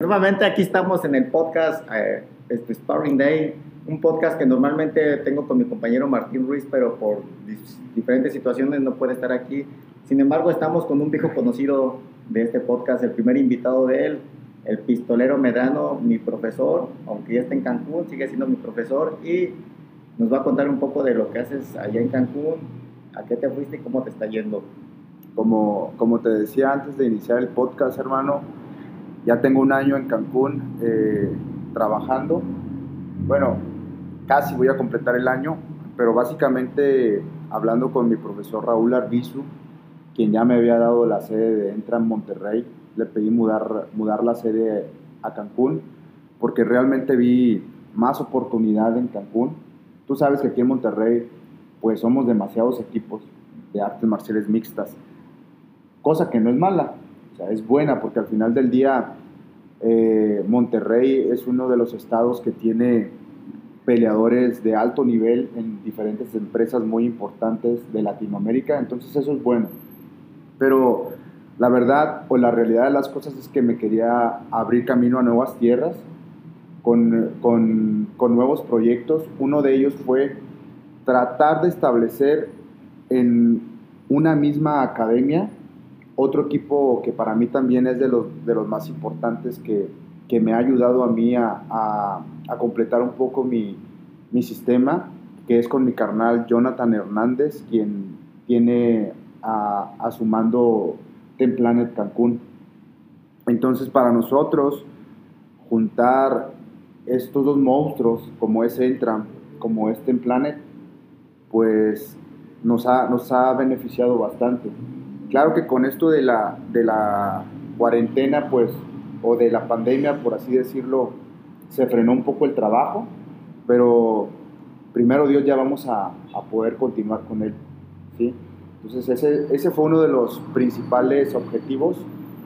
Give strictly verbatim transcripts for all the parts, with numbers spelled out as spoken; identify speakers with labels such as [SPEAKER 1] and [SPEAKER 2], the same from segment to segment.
[SPEAKER 1] nuevamente aquí estamos en el podcast eh, este Sparring Day, un podcast que normalmente tengo con mi compañero Martín Ruiz, pero por dis- diferentes situaciones no puede estar aquí. Sin embargo, estamos con un viejo conocido de este podcast, el primer invitado de él, el pistolero Medrano, mi profesor, aunque ya está en Cancún, sigue siendo mi profesor y nos va a contar un poco de lo que haces allá en Cancún, a qué te fuiste y cómo te está yendo.
[SPEAKER 2] Como, como te decía antes de iniciar el podcast, hermano, ya tengo un año en Cancún eh, trabajando. Bueno, casi voy a completar el año, pero básicamente hablando con mi profesor Raúl Arbizu, quien ya me había dado la sede de Entram Monterrey, le pedí mudar, mudar la sede a Cancún, porque realmente vi más oportunidad en Cancún. Tú sabes que aquí en Monterrey pues somos demasiados equipos de artes marciales mixtas, cosa que no es mala, o sea, es buena porque al final del día eh, Monterrey es uno de los estados que tiene peleadores de alto nivel en diferentes empresas muy importantes de Latinoamérica, entonces eso es bueno. Pero la verdad o la realidad de las cosas es que me quería abrir camino a nuevas tierras con, con, con nuevos proyectos. Uno de ellos fue tratar de establecer en una misma academia otro equipo que para mí también es de los, de los más importantes, que, que me ha ayudado a mí a, a, a completar un poco mi, mi sistema, que es con mi carnal Jonathan Hernández, quien tiene a, a su mando Ten Planet Cancún. Entonces, para nosotros, juntar estos dos monstruos, como es Entram, como es Ten Planet, pues nos ha, nos ha beneficiado bastante. Claro que con esto de la, de la cuarentena, pues, o de la pandemia, por así decirlo, se frenó un poco el trabajo, pero primero Dios ya vamos a, a poder continuar con él, ¿sí? Entonces ese, ese fue uno de los principales objetivos,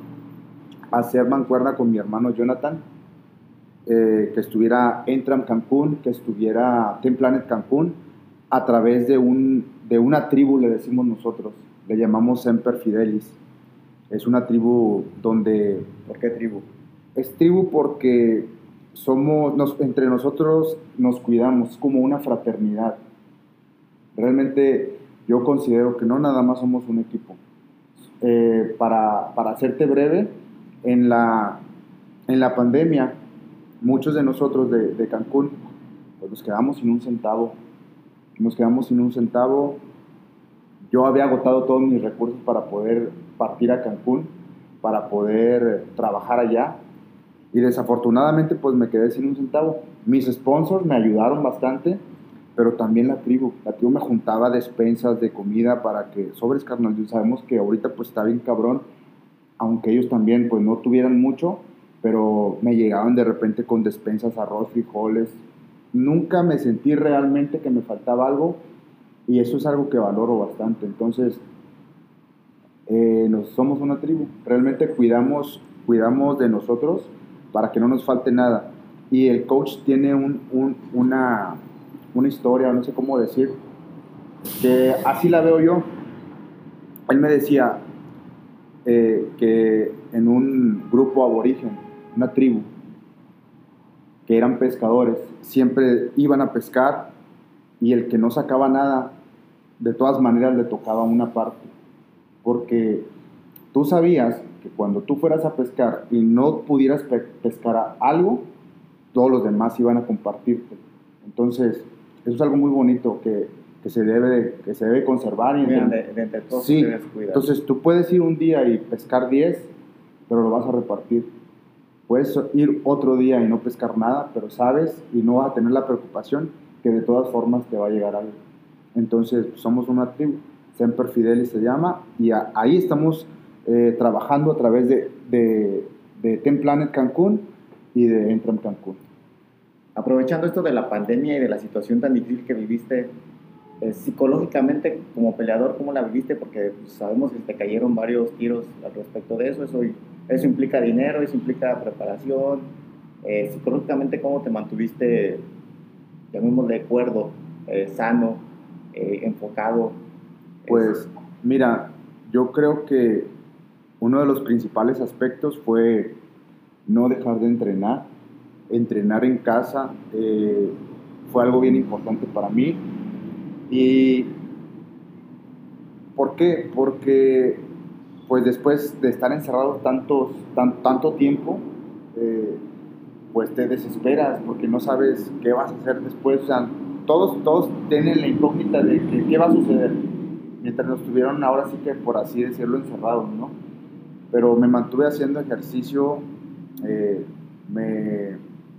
[SPEAKER 2] hacer mancuerna con mi hermano Jonathan, eh, que estuviera Entram Cancún, que estuviera Ten Planet Cancún, a través de, un, de una tribu, le decimos nosotros, le llamamos Semper Fidelis. Es una tribu donde...
[SPEAKER 1] ¿Por qué tribu?
[SPEAKER 2] Es tribu porque somos, nos, entre nosotros nos cuidamos, es como una fraternidad. Realmente yo considero que no nada más somos un equipo. Eh, para, para hacerte breve, en la, en la pandemia, muchos de nosotros de, de Cancún, pues nos quedamos sin un centavo. Nos quedamos sin un centavo. Yo había agotado todos mis recursos para poder partir a Cancún, para poder trabajar allá, y desafortunadamente pues me quedé sin un centavo. Mis sponsors me ayudaron bastante, pero también la tribu. La tribu me juntaba despensas de comida para que, sobres carnal, sabemos que ahorita pues está bien cabrón, aunque ellos también pues no tuvieran mucho, pero me llegaban de repente con despensas, arroz, frijoles. Nunca me sentí realmente que me faltaba algo, y eso es algo que valoro bastante. Entonces, eh, nos, somos una tribu. Realmente cuidamos, cuidamos de nosotros para que no nos falte nada. Y el coach tiene un, un, una, una historia, no sé cómo decir, que así la veo yo. Él me decía eh, que en un grupo aborigen, una tribu, que eran pescadores, siempre iban a pescar, y el que no sacaba nada, de todas maneras le tocaba una parte, porque tú sabías que cuando tú fueras a pescar y no pudieras pe- pescar algo, todos los demás iban a compartirte. Entonces, eso es algo muy bonito que, que, se, debe, que se debe conservar. Y
[SPEAKER 1] Mira, de, de entre todos
[SPEAKER 2] sí,
[SPEAKER 1] debes cuidar.
[SPEAKER 2] entonces tú puedes ir un día y pescar diez, pero lo vas a repartir. Puedes ir otro día y no pescar nada, pero sabes y no vas a tener la preocupación que de todas formas te va a llegar algo. Entonces, somos una tribu, Semper Fidelis se llama, y a, ahí estamos eh, trabajando a través de, de, de Ten Planet Cancún y de Entram Cancún.
[SPEAKER 1] Aprovechando esto de la pandemia y de la situación tan difícil que viviste, eh, psicológicamente como peleador, ¿cómo la viviste? Porque pues, sabemos que te cayeron varios tiros al respecto de eso. Eso, eso implica dinero, eso implica preparación. Eh, psicológicamente, ¿cómo te mantuviste, llamémosle, cuerdo, eh, sano, eh, enfocado?
[SPEAKER 2] Pues mira, yo creo que uno de los principales aspectos fue no dejar de entrenar, entrenar en casa, eh, fue algo bien importante para mí. ¿Y por qué? Porque pues después de estar encerrado tantos, tan, tanto tiempo, eh, pues te desesperas porque no sabes qué vas a hacer después. O sea, todos, todos tienen la incógnita de que, qué va a suceder, mientras nos tuvieron ahora sí que, por así decirlo, encerrados, ¿no? Pero me mantuve haciendo ejercicio, eh, me,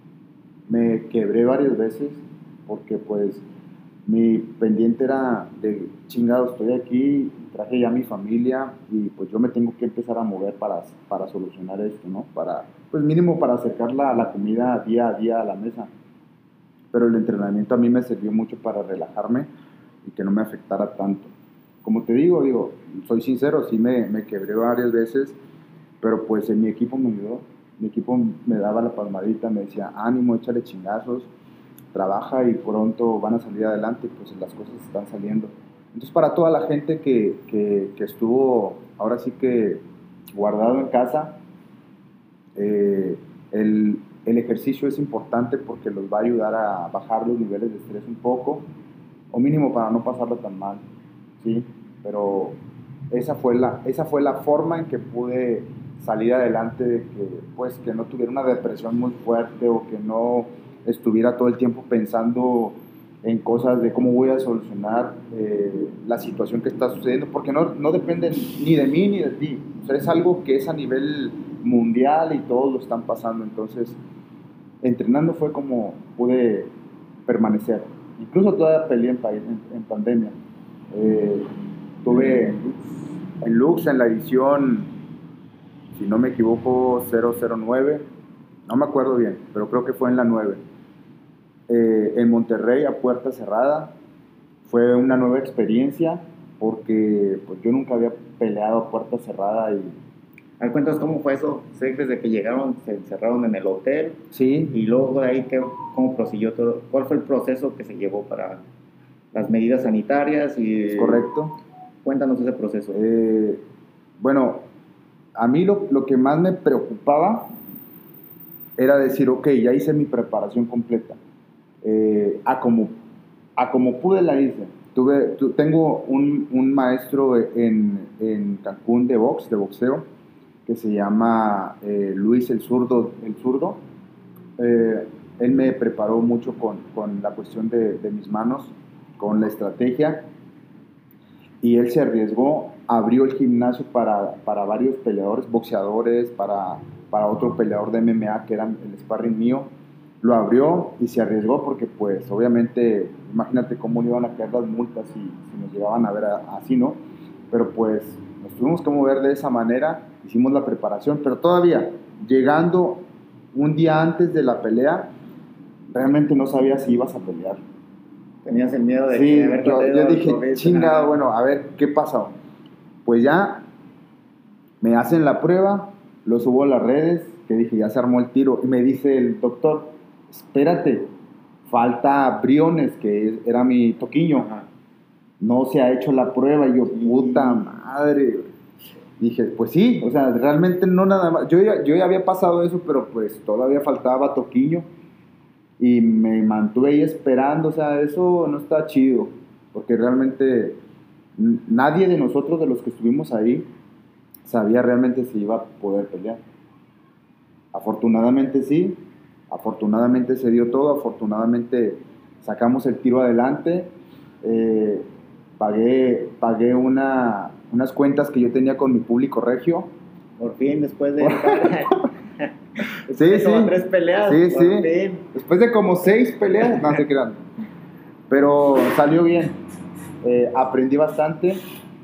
[SPEAKER 2] me quebré varias veces porque pues mi pendiente era de chingado, estoy aquí, traje ya a mi familia y pues yo me tengo que empezar a mover para, para solucionar esto, ¿no? Para, pues mínimo para acercar la, la comida día a día a la mesa. Pero el entrenamiento a mí me sirvió mucho para relajarme y que no me afectara tanto. Como te digo, digo, soy sincero, sí me, me quebré varias veces, pero pues en mi equipo me ayudó. Mi equipo me daba la palmadita, me decía, ánimo, échale chingazos, trabaja y pronto van a salir adelante, pues las cosas están saliendo. Entonces, para toda la gente que, que, que estuvo ahora sí que guardado en casa, eh, el, el ejercicio es importante porque los va a ayudar a bajar los niveles de estrés un poco, o mínimo para no pasarlo tan mal, ¿sí? Pero esa fue la, esa fue la forma en que pude salir adelante, de que, pues, que no tuviera una depresión muy fuerte o que no estuviera todo el tiempo pensando en cosas de cómo voy a solucionar eh, la situación que está sucediendo, porque no, no depende ni de mí ni de ti. O sea, es algo que es a nivel mundial y todos lo están pasando. Entonces, entrenando fue como pude permanecer. Incluso todavía peleé en, en, en pandemia. Eh, tuve en Lux, en la edición, si no me equivoco, cero cero nueve, no me acuerdo bien, pero creo que fue en la nueve. Eh, en Monterrey, a puerta cerrada, fue una nueva experiencia porque pues, yo nunca había peleado a puerta cerrada. Y
[SPEAKER 1] ¿Me cuentas cómo fue eso? Sé que desde que llegaron se encerraron en el hotel.
[SPEAKER 2] Sí.
[SPEAKER 1] Y luego de ahí, ¿qué, ¿cómo prosiguió todo? ¿Cuál fue el proceso que se llevó para las medidas sanitarias? Y,
[SPEAKER 2] es correcto.
[SPEAKER 1] Cuéntanos ese proceso.
[SPEAKER 2] Eh, bueno, a mí lo, lo que más me preocupaba era decir, ok, ya hice mi preparación completa. Eh, a, como, a como pude la hice. Tuve, tu, tengo un, un maestro en, en Cancún de box, de boxeo, que se llama eh, Luis el Zurdo. El Zurdo. Eh, él me preparó mucho con, con la cuestión de, de mis manos, con la estrategia, y él se arriesgó, abrió el gimnasio para, para varios peleadores, boxeadores, para, para otro peleador de M M A que era el sparring mío. Lo abrió y se arriesgó porque pues obviamente imagínate cómo le iban a caer las multas si, si nos llegaban a ver a, así, ¿no? Pero pues nos tuvimos que mover de esa manera, hicimos la preparación, pero todavía llegando un día antes de la pelea, realmente no sabía si ibas a pelear.
[SPEAKER 1] ¿Tenías el miedo de
[SPEAKER 2] sí,
[SPEAKER 1] que haber
[SPEAKER 2] yo, yo dije, chingado, bueno, a ver, ¿qué pasó? Pues ya me hacen la prueba, lo subo a las redes, que dije, ya se armó el tiro, y me dice el doctor, espérate, falta Briones, que era mi toquillo. Ajá. No se ha hecho la prueba. Y yo, sí. Puta madre. Dije, pues sí, o sea, realmente no nada más. Yo ya, yo ya había pasado eso, pero pues todavía faltaba toquillo. Y me mantuve ahí esperando, o sea, eso no está chido. Porque realmente nadie de nosotros, de los que estuvimos ahí, sabía realmente si iba a poder pelear. Afortunadamente sí. Afortunadamente se dio todo, afortunadamente sacamos el tiro adelante, eh, pagué, pagué una, unas cuentas que yo tenía con mi público regio.
[SPEAKER 1] Por fin, después de...
[SPEAKER 2] sí, sí.
[SPEAKER 1] Como tres peleas.
[SPEAKER 2] Sí, sí.
[SPEAKER 1] Fin.
[SPEAKER 2] Después de como seis peleas, no se crean. Pero salió bien, eh, aprendí bastante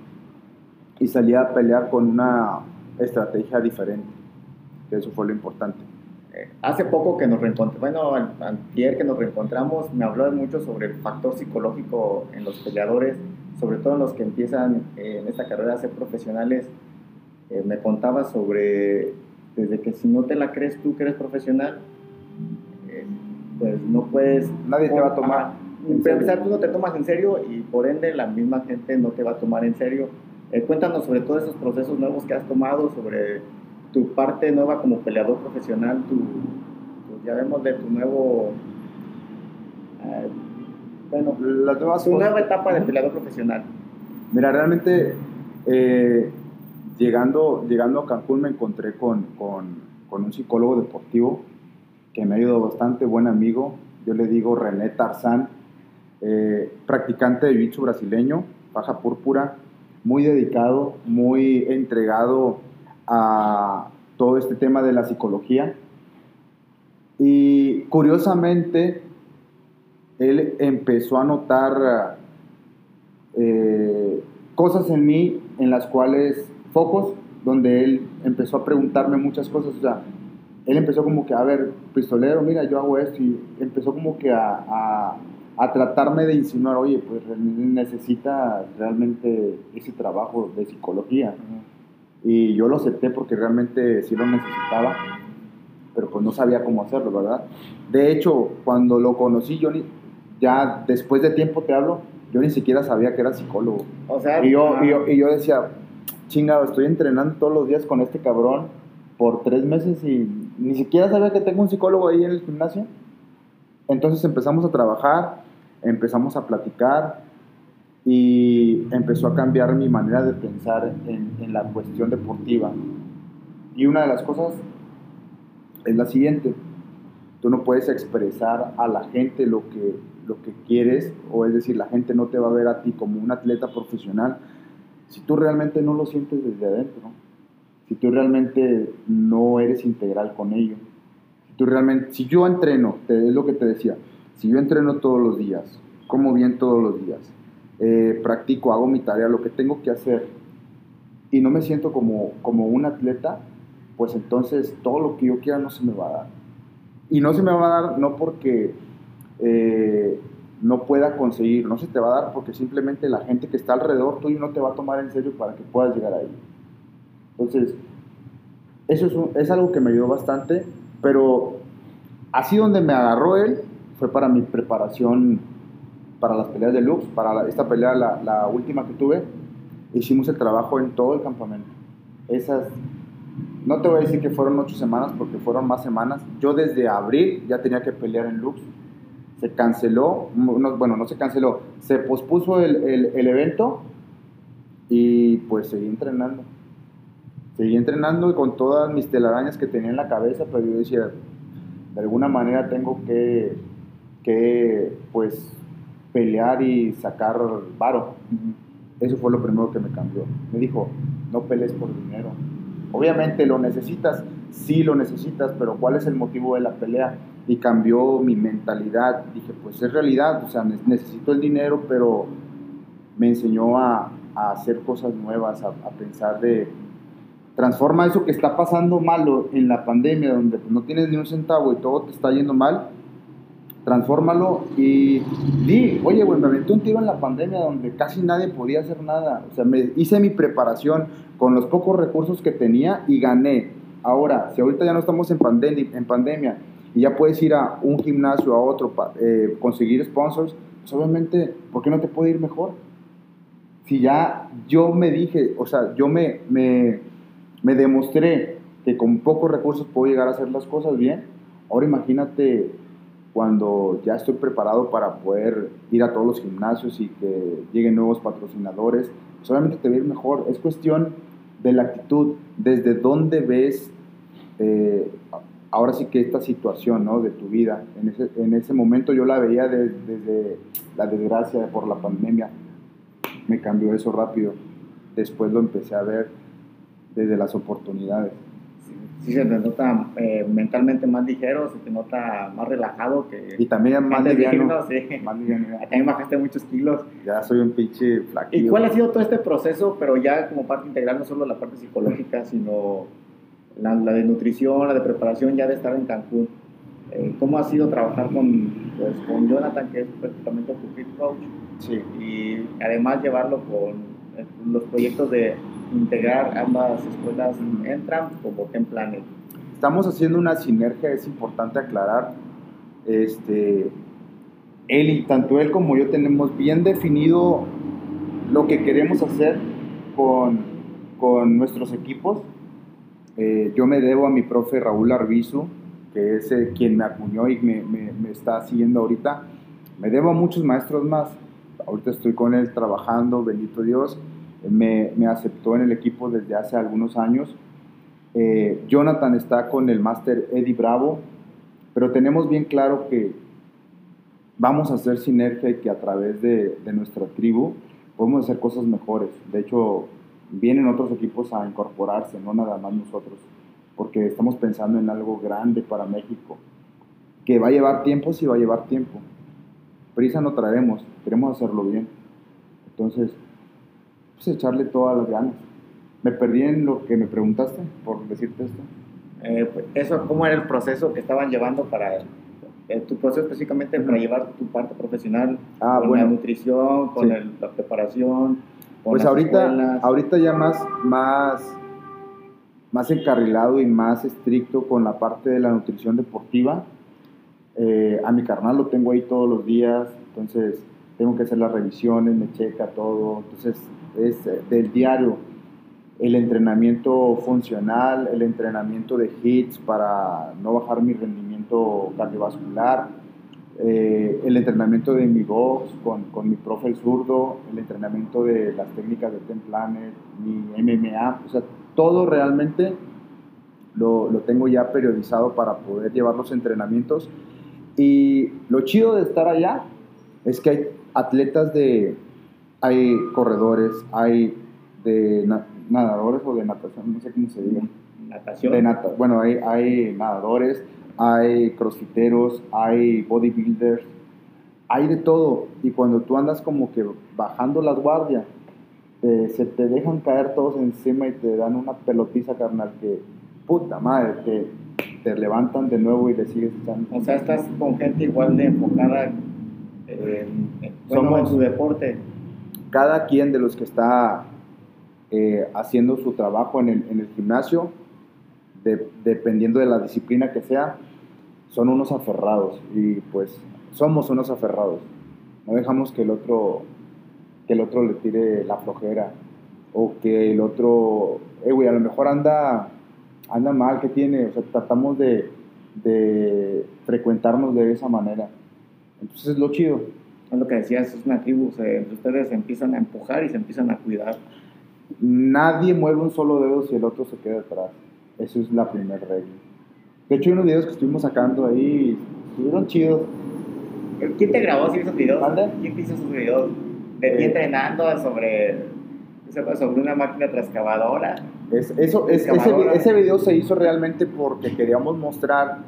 [SPEAKER 2] y salí a pelear con una estrategia diferente, que eso fue lo importante.
[SPEAKER 1] Hace poco que nos reencontramos, bueno, antier que nos reencontramos, me habló mucho sobre el factor psicológico en los peleadores, sobre todo en los que empiezan eh, en esta carrera a ser profesionales. Eh, me contaba sobre, desde que si no te la crees tú que eres profesional, eh, pues no puedes...
[SPEAKER 2] Nadie te va a tomar.
[SPEAKER 1] Para empezar, tú no te tomas en serio y por ende la misma gente no te va a tomar en serio. Eh, cuéntanos sobre todos esos procesos nuevos que has tomado, sobre tu parte nueva como peleador profesional, tu, tu ya vemos de tu nuevo, eh, bueno,
[SPEAKER 2] Las nuevas
[SPEAKER 1] tu
[SPEAKER 2] cosas.
[SPEAKER 1] nueva etapa de peleador profesional.
[SPEAKER 2] Mira, realmente eh, llegando, llegando a Cancún me encontré con, con, con un psicólogo deportivo que me ha ayudado bastante, buen amigo. Yo le digo René Tarzán, eh, practicante de jiu-jitsu brasileño, faja púrpura, muy dedicado, muy entregado a todo este tema de la psicología. Y curiosamente, él empezó a notar eh, cosas en mí, en las cuales, focos, donde él empezó a preguntarme muchas cosas. O sea, él empezó como que, a ver, pistolero, mira, yo hago esto, y empezó como que a, a, a tratarme de insinuar, oye, pues necesita realmente ese trabajo de psicología. Uh-huh. Y yo lo acepté porque realmente sí lo necesitaba, pero pues no sabía cómo hacerlo, ¿verdad? De hecho, cuando lo conocí, yo ni, ya después de tiempo te hablo, yo ni siquiera sabía que era psicólogo.
[SPEAKER 1] O sea,
[SPEAKER 2] y yo, y yo, y yo decía, chingado, estoy entrenando todos los días con este cabrón por tres meses y ni siquiera sabía que tengo un psicólogo ahí en el gimnasio. Entonces empezamos a trabajar, empezamos a platicar y empezó a cambiar mi manera de pensar en, en la cuestión deportiva. Y una de las cosas es la siguiente: tú no puedes expresar a la gente lo que, lo que quieres, o es decir, la gente no te va a ver a ti como un atleta profesional si tú realmente no lo sientes desde adentro, ¿no? Si tú realmente no eres integral con ello. Si tú realmente, si yo entreno, te, es lo que te decía, si yo entreno todos los días, como bien todos los días, eh, practico, hago mi tarea, lo que tengo que hacer, y no me siento como, como un atleta, pues entonces todo lo que yo quiera no se me va a dar. Y no se me va a dar no porque eh, no pueda conseguir, no se te va a dar porque simplemente la gente que está alrededor tuyo no te va a tomar en serio para que puedas llegar ahí. Entonces, eso es, un, es algo que me ayudó bastante, pero así donde me agarró él fue para mi preparación para las peleas de Lux, para la, esta pelea, la, la última que tuve. Hicimos el trabajo en todo el campamento. Esas, no te voy a decir que fueron ocho semanas porque fueron más semanas. Yo desde abril ya tenía que pelear en Lux. Se canceló, no, bueno, no se canceló, se pospuso el, el, el evento y pues seguí entrenando. Seguí entrenando con todas mis telarañas que tenía en la cabeza, pero yo decía, de alguna manera tengo que, que pues, pelear y sacar varo. Eso fue lo primero que me cambió. Me dijo, no pelees por dinero. Obviamente lo necesitas, sí lo necesitas, pero ¿cuál es el motivo de la pelea? Y cambió mi mentalidad. Dije, pues es realidad, o sea, necesito el dinero, pero me enseñó a, a hacer cosas nuevas, a, a pensar de... Transforma eso que está pasando malo en la pandemia, donde no tienes ni un centavo y todo te está yendo mal, transfórmalo y di, oye, güey, me aventé un tiro en la pandemia donde casi nadie podía hacer nada. O sea, me hice mi preparación con los pocos recursos que tenía y gané. Ahora, si ahorita ya no estamos en, pandem- en pandemia y ya puedes ir a un gimnasio, a otro, eh, conseguir sponsors, pues obviamente, ¿por qué no te puede ir mejor? Si ya yo me dije, o sea, yo me, me, me demostré que con pocos recursos puedo llegar a hacer las cosas bien, ahora imagínate cuando ya estoy preparado para poder ir a todos los gimnasios y que lleguen nuevos patrocinadores, pues obviamente te va a ir mejor. Es cuestión de la actitud, desde dónde ves eh, ahora sí que esta situación, ¿no?, de tu vida. En ese, en ese momento yo la veía de, desde la desgracia por la pandemia, me cambió eso rápido. Después lo empecé a ver desde las oportunidades.
[SPEAKER 1] Sí, se te nota eh, mentalmente más ligero, se te nota más relajado que...
[SPEAKER 2] Y también más liviano.
[SPEAKER 1] Sí.
[SPEAKER 2] Más liviano.
[SPEAKER 1] También bajaste muchos kilos.
[SPEAKER 2] Ya soy un pinche flaquillo.
[SPEAKER 1] ¿Y cuál ha sido todo este proceso, pero ya como parte integral, no solo la parte psicológica, sino la, la de nutrición, la de preparación ya de estar en Cancún? Eh, ¿Cómo ha sido trabajar con, pues, con Jonathan, que es prácticamente tu fit coach?
[SPEAKER 2] Sí.
[SPEAKER 1] Y además llevarlo con eh, los proyectos de integrar ambas escuelas Entram como Ten Planet.
[SPEAKER 2] Estamos haciendo una sinergia, es importante aclarar. Este, él y tanto él como yo tenemos bien definido lo que queremos hacer con, con nuestros equipos. Eh, yo me debo a mi profe Raúl Arbizu, que es eh, quien me acuñó y me, me, me está siguiendo ahorita. Me debo a muchos maestros más. Ahorita estoy con él trabajando, bendito Dios. Me, me aceptó en el equipo desde hace algunos años. Eh, Jonathan está con el máster Eddie Bravo, pero tenemos bien claro que vamos a hacer sinergia y que a través de, de nuestra tribu podemos hacer cosas mejores. De hecho, vienen otros equipos a incorporarse, no nada más nosotros, porque estamos pensando en algo grande para México, que va a llevar tiempo, sí va a llevar tiempo. Prisa no traeremos, queremos hacerlo bien. Entonces, pues echarle todas las ganas. Me perdí en lo que me preguntaste, por decirte esto.
[SPEAKER 1] Eh, pues, eso, ¿cómo era el proceso que estaban llevando para eh, tu proceso específicamente para llevar tu parte profesional
[SPEAKER 2] Ah,
[SPEAKER 1] con
[SPEAKER 2] bueno.
[SPEAKER 1] la nutrición, con
[SPEAKER 2] Sí.
[SPEAKER 1] el, la preparación? Con
[SPEAKER 2] Pues
[SPEAKER 1] las
[SPEAKER 2] ahorita,
[SPEAKER 1] escuelas?
[SPEAKER 2] ahorita ya más, más, más encarrilado y más estricto con la parte de la nutrición deportiva. Eh, a mi carnal lo tengo ahí todos los días, entonces tengo que hacer las revisiones, me checa todo. Entonces es eh, del diario el entrenamiento funcional, el entrenamiento de hits para no bajar mi rendimiento cardiovascular, eh, el entrenamiento de mi box con, con mi profe el zurdo, el entrenamiento de las técnicas de Ten Planet, mi M M A, o sea, todo realmente lo, lo tengo ya periodizado para poder llevar los entrenamientos. Y lo chido de estar allá es que hay atletas de, hay corredores, hay de na- nadadores o de natación, no sé cómo se diga.
[SPEAKER 1] Natación.
[SPEAKER 2] De nata, bueno, hay, hay nadadores, hay crossfiteros, hay bodybuilders, hay de todo. Y cuando tú andas como que bajando las guardias, eh, se te dejan caer todos encima y te dan una pelotiza, carnal, que puta madre, te, te levantan de nuevo y le sigues echando.
[SPEAKER 1] O sea, estás con gente igual de enfocada en, en, bueno,
[SPEAKER 2] Somos-
[SPEAKER 1] en su deporte.
[SPEAKER 2] Cada quien de los que está eh, haciendo su trabajo en el, en el gimnasio, de- dependiendo de la disciplina que sea, son unos aferrados y pues somos unos aferrados. No dejamos que el otro, que el otro le tire la flojera o que el otro, eh, güey, a lo mejor anda, anda mal, ¿qué tiene? O sea, tratamos de, de frecuentarnos de esa manera. Entonces es lo chido.
[SPEAKER 1] Es lo que decías, es una tribu, se, ustedes se empiezan a empujar y se empiezan a cuidar.
[SPEAKER 2] Nadie mueve un solo dedo si el otro se queda atrás. Eso es la primera regla. De hecho, hay unos videos que estuvimos sacando ahí, estuvieron chidos.
[SPEAKER 1] ¿Quién te grabó esos videos?
[SPEAKER 2] ¿Mande?
[SPEAKER 1] ¿Quién te hizo esos videos? De ti
[SPEAKER 2] Eh.
[SPEAKER 1] entrenando sobre, sobre una máquina transcavadora.
[SPEAKER 2] Es, eso, es, ese, vi- ese video se hizo realmente porque queríamos mostrar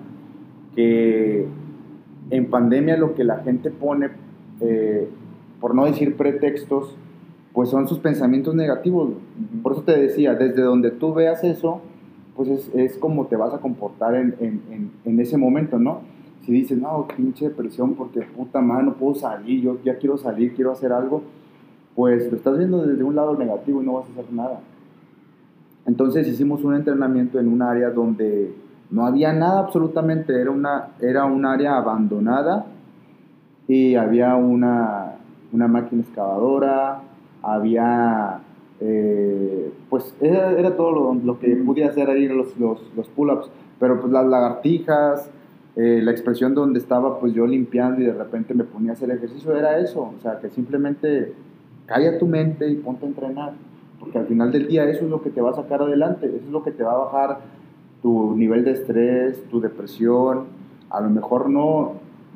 [SPEAKER 2] que en pandemia lo que la gente pone, eh, por no decir pretextos, pues son sus pensamientos negativos. Por eso te decía, desde donde tú veas eso, pues es, es como te vas a comportar en, en, en, en ese momento, ¿no? Si dices, no, pinche depresión porque puta madre, no puedo salir, yo ya quiero salir, quiero hacer algo, pues lo estás viendo desde un lado negativo y no vas a hacer nada. Entonces hicimos un entrenamiento en un área donde no había nada absolutamente, era, una, era un área abandonada y había una, una máquina excavadora, había, eh, pues era, era todo lo, lo que podía hacer ahí, los, los, los pull-ups, pero pues las lagartijas, eh, la expresión donde estaba pues yo limpiando y de repente me ponía a hacer ejercicio, era eso, o sea que simplemente calla tu mente y ponte a entrenar. Porque al final del día eso es lo que te va a sacar adelante, eso es lo que te va a bajar tu nivel de estrés, tu depresión. A lo mejor no,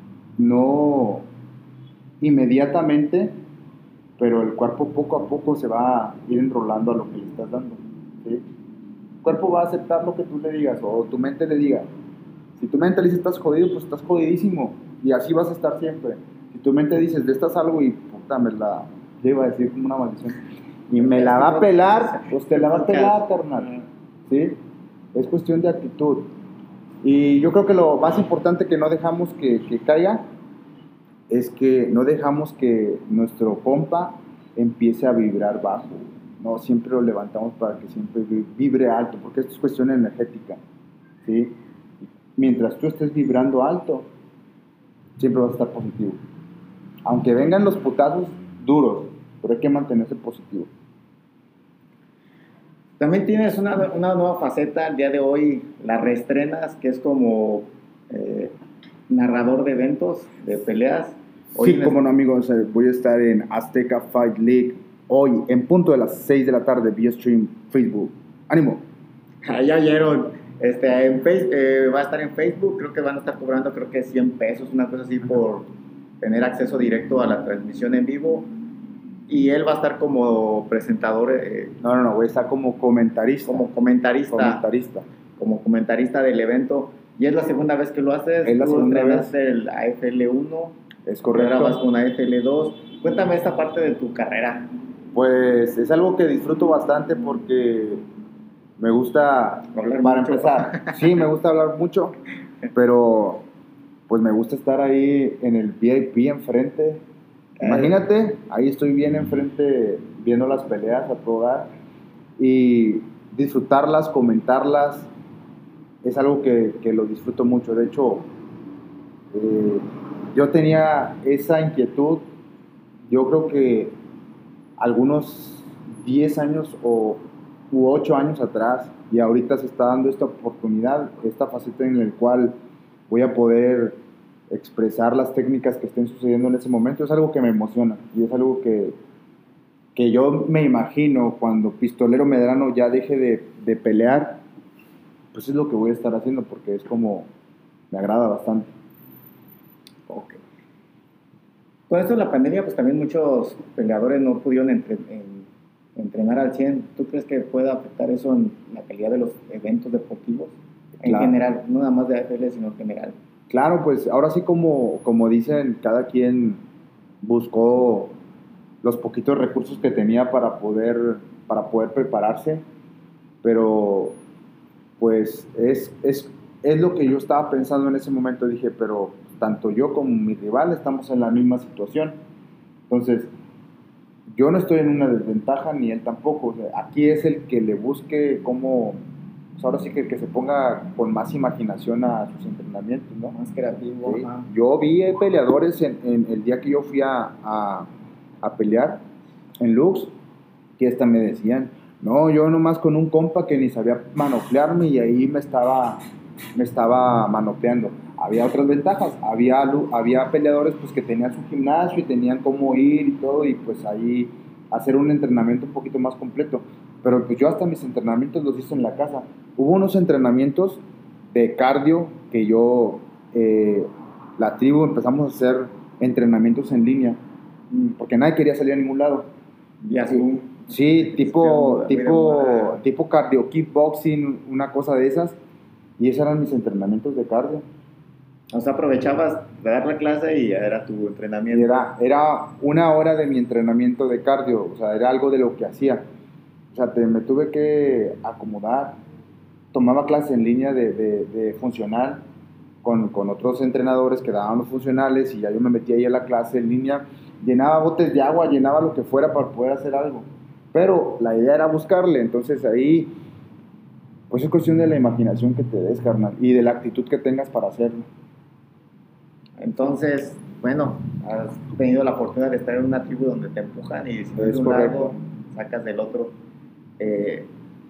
[SPEAKER 2] no inmediatamente, pero el cuerpo poco a poco se va a ir enrolando a lo que le estás dando, ¿sí? El cuerpo va a aceptar lo que tú le digas o tu mente le diga. Si tu mente le dice estás jodido, pues estás jodidísimo y así vas a estar siempre. Si tu mente dices de estás algo y puta, me la, yo iba a decir como una maldición, y me la va a pelar, pues te la va a pelar, carnal, ¿sí? Es cuestión de actitud. Y yo creo que lo más importante que no dejamos que, que caiga es que no dejamos que nuestro compa empiece a vibrar bajo. No, siempre lo levantamos para que siempre vibre alto, porque esto es cuestión energética, ¿sí? Mientras tú estés vibrando alto, siempre vas a estar positivo. Aunque vengan los putazos duros, pero hay que mantenerse positivo.
[SPEAKER 1] También tienes una, una nueva faceta el día de hoy, la reestrenas, que es como eh, narrador de eventos, de peleas. Hoy
[SPEAKER 2] Sí,
[SPEAKER 1] en
[SPEAKER 2] como
[SPEAKER 1] es-
[SPEAKER 2] no, amigos, eh, voy a estar en Azteca Fight League hoy en punto de las seis de la tarde vía stream Facebook. ¡Ánimo!
[SPEAKER 1] Ah, ya oyeron, este, en face- eh, va a estar en Facebook, creo que van a estar cobrando creo que cien pesos, una cosa así, por tener acceso directo a la transmisión en vivo. Y él va a estar como presentador, eh,
[SPEAKER 2] No, no, no, voy a estar como comentarista.
[SPEAKER 1] como comentarista,
[SPEAKER 2] comentarista.
[SPEAKER 1] como comentarista del evento. Y es la segunda vez que lo haces.
[SPEAKER 2] Es la
[SPEAKER 1] Tú
[SPEAKER 2] segunda
[SPEAKER 1] entrenaste el A F L uno,
[SPEAKER 2] Es
[SPEAKER 1] ahora vas
[SPEAKER 2] correcto.
[SPEAKER 1] con A F L dos. Cuéntame esta parte de tu carrera.
[SPEAKER 2] Pues es algo que disfruto bastante porque me gusta,
[SPEAKER 1] Hablar
[SPEAKER 2] para
[SPEAKER 1] mucho.
[SPEAKER 2] empezar, sí, me gusta hablar mucho, pero pues me gusta estar ahí en el V I P enfrente. Imagínate, ahí estoy bien enfrente viendo las peleas a todo dar y disfrutarlas, comentarlas, es algo que, que lo disfruto mucho. De hecho, eh, yo tenía esa inquietud, yo creo que algunos diez años o u ocho años atrás, y ahorita se está dando esta oportunidad, esta faceta en la cual voy a poder expresar las técnicas que estén sucediendo en ese momento. Es algo que me emociona y es algo que, que yo me imagino cuando Pistolero Medrano ya deje de, de pelear, pues es lo que voy a estar haciendo porque es como, me agrada bastante.
[SPEAKER 1] Ok. Con esto de la pandemia, pues también muchos peleadores no pudieron entre- en- entrenar al cien. ¿Tú crees que pueda afectar eso en la calidad de los eventos deportivos? En
[SPEAKER 2] Claro.
[SPEAKER 1] general, no nada más de A F L, sino en general.
[SPEAKER 2] Claro, pues ahora sí como, como dicen, cada quien buscó los poquitos recursos que tenía para poder, para poder prepararse, pero pues es, es, es lo que yo estaba pensando en ese momento. Dije, pero tanto yo como mi rival estamos en la misma situación. Entonces, yo no estoy en una desventaja ni él tampoco. O sea, aquí es el que le busque cómo, pues ahora sí que el que se ponga con más imaginación a sus entrenamientos, ¿no?
[SPEAKER 1] Más creativo.
[SPEAKER 2] Sí.
[SPEAKER 1] Ajá.
[SPEAKER 2] Yo vi peleadores en, en el día que yo fui a, a, a pelear en Lux, que hasta me decían, no, yo nomás con un compa que ni sabía manoplearme y ahí me estaba, me estaba manopleando. Había otras ventajas, había, había peleadores pues que tenían su gimnasio y tenían cómo ir y todo, y pues ahí hacer un entrenamiento un poquito más completo. Pero pues yo hasta mis entrenamientos los hice en la casa. Hubo unos entrenamientos de cardio que yo, eh, la tribu, empezamos a hacer entrenamientos en línea, porque nadie quería salir a ningún lado.
[SPEAKER 1] Ya Zoom.
[SPEAKER 2] Sí, tipo,
[SPEAKER 1] Mira,
[SPEAKER 2] tipo,
[SPEAKER 1] mira.
[SPEAKER 2] tipo cardio kickboxing, una cosa de esas. Y esos eran mis entrenamientos de cardio.
[SPEAKER 1] O sea, aprovechabas de dar la clase y era tu
[SPEAKER 2] Y
[SPEAKER 1] entrenamiento.
[SPEAKER 2] era, era una hora de mi entrenamiento de cardio, o sea, era algo de lo que hacía. O sea, te, me tuve que acomodar. Tomaba clases en línea de, de, de funcional con, con otros entrenadores que daban los funcionales y ya yo me metía ahí a la clase en línea. Llenaba botes de agua, llenaba lo que fuera para poder hacer algo. Pero la idea era buscarle, entonces ahí, pues es cuestión de la imaginación que te des, carnal, y de la actitud que tengas para hacerlo.
[SPEAKER 1] Entonces, bueno, has tenido la fortuna de estar en una tribu donde te empujan y si no
[SPEAKER 2] Es
[SPEAKER 1] de un
[SPEAKER 2] correcto.
[SPEAKER 1] lado, sacas del otro. Eh,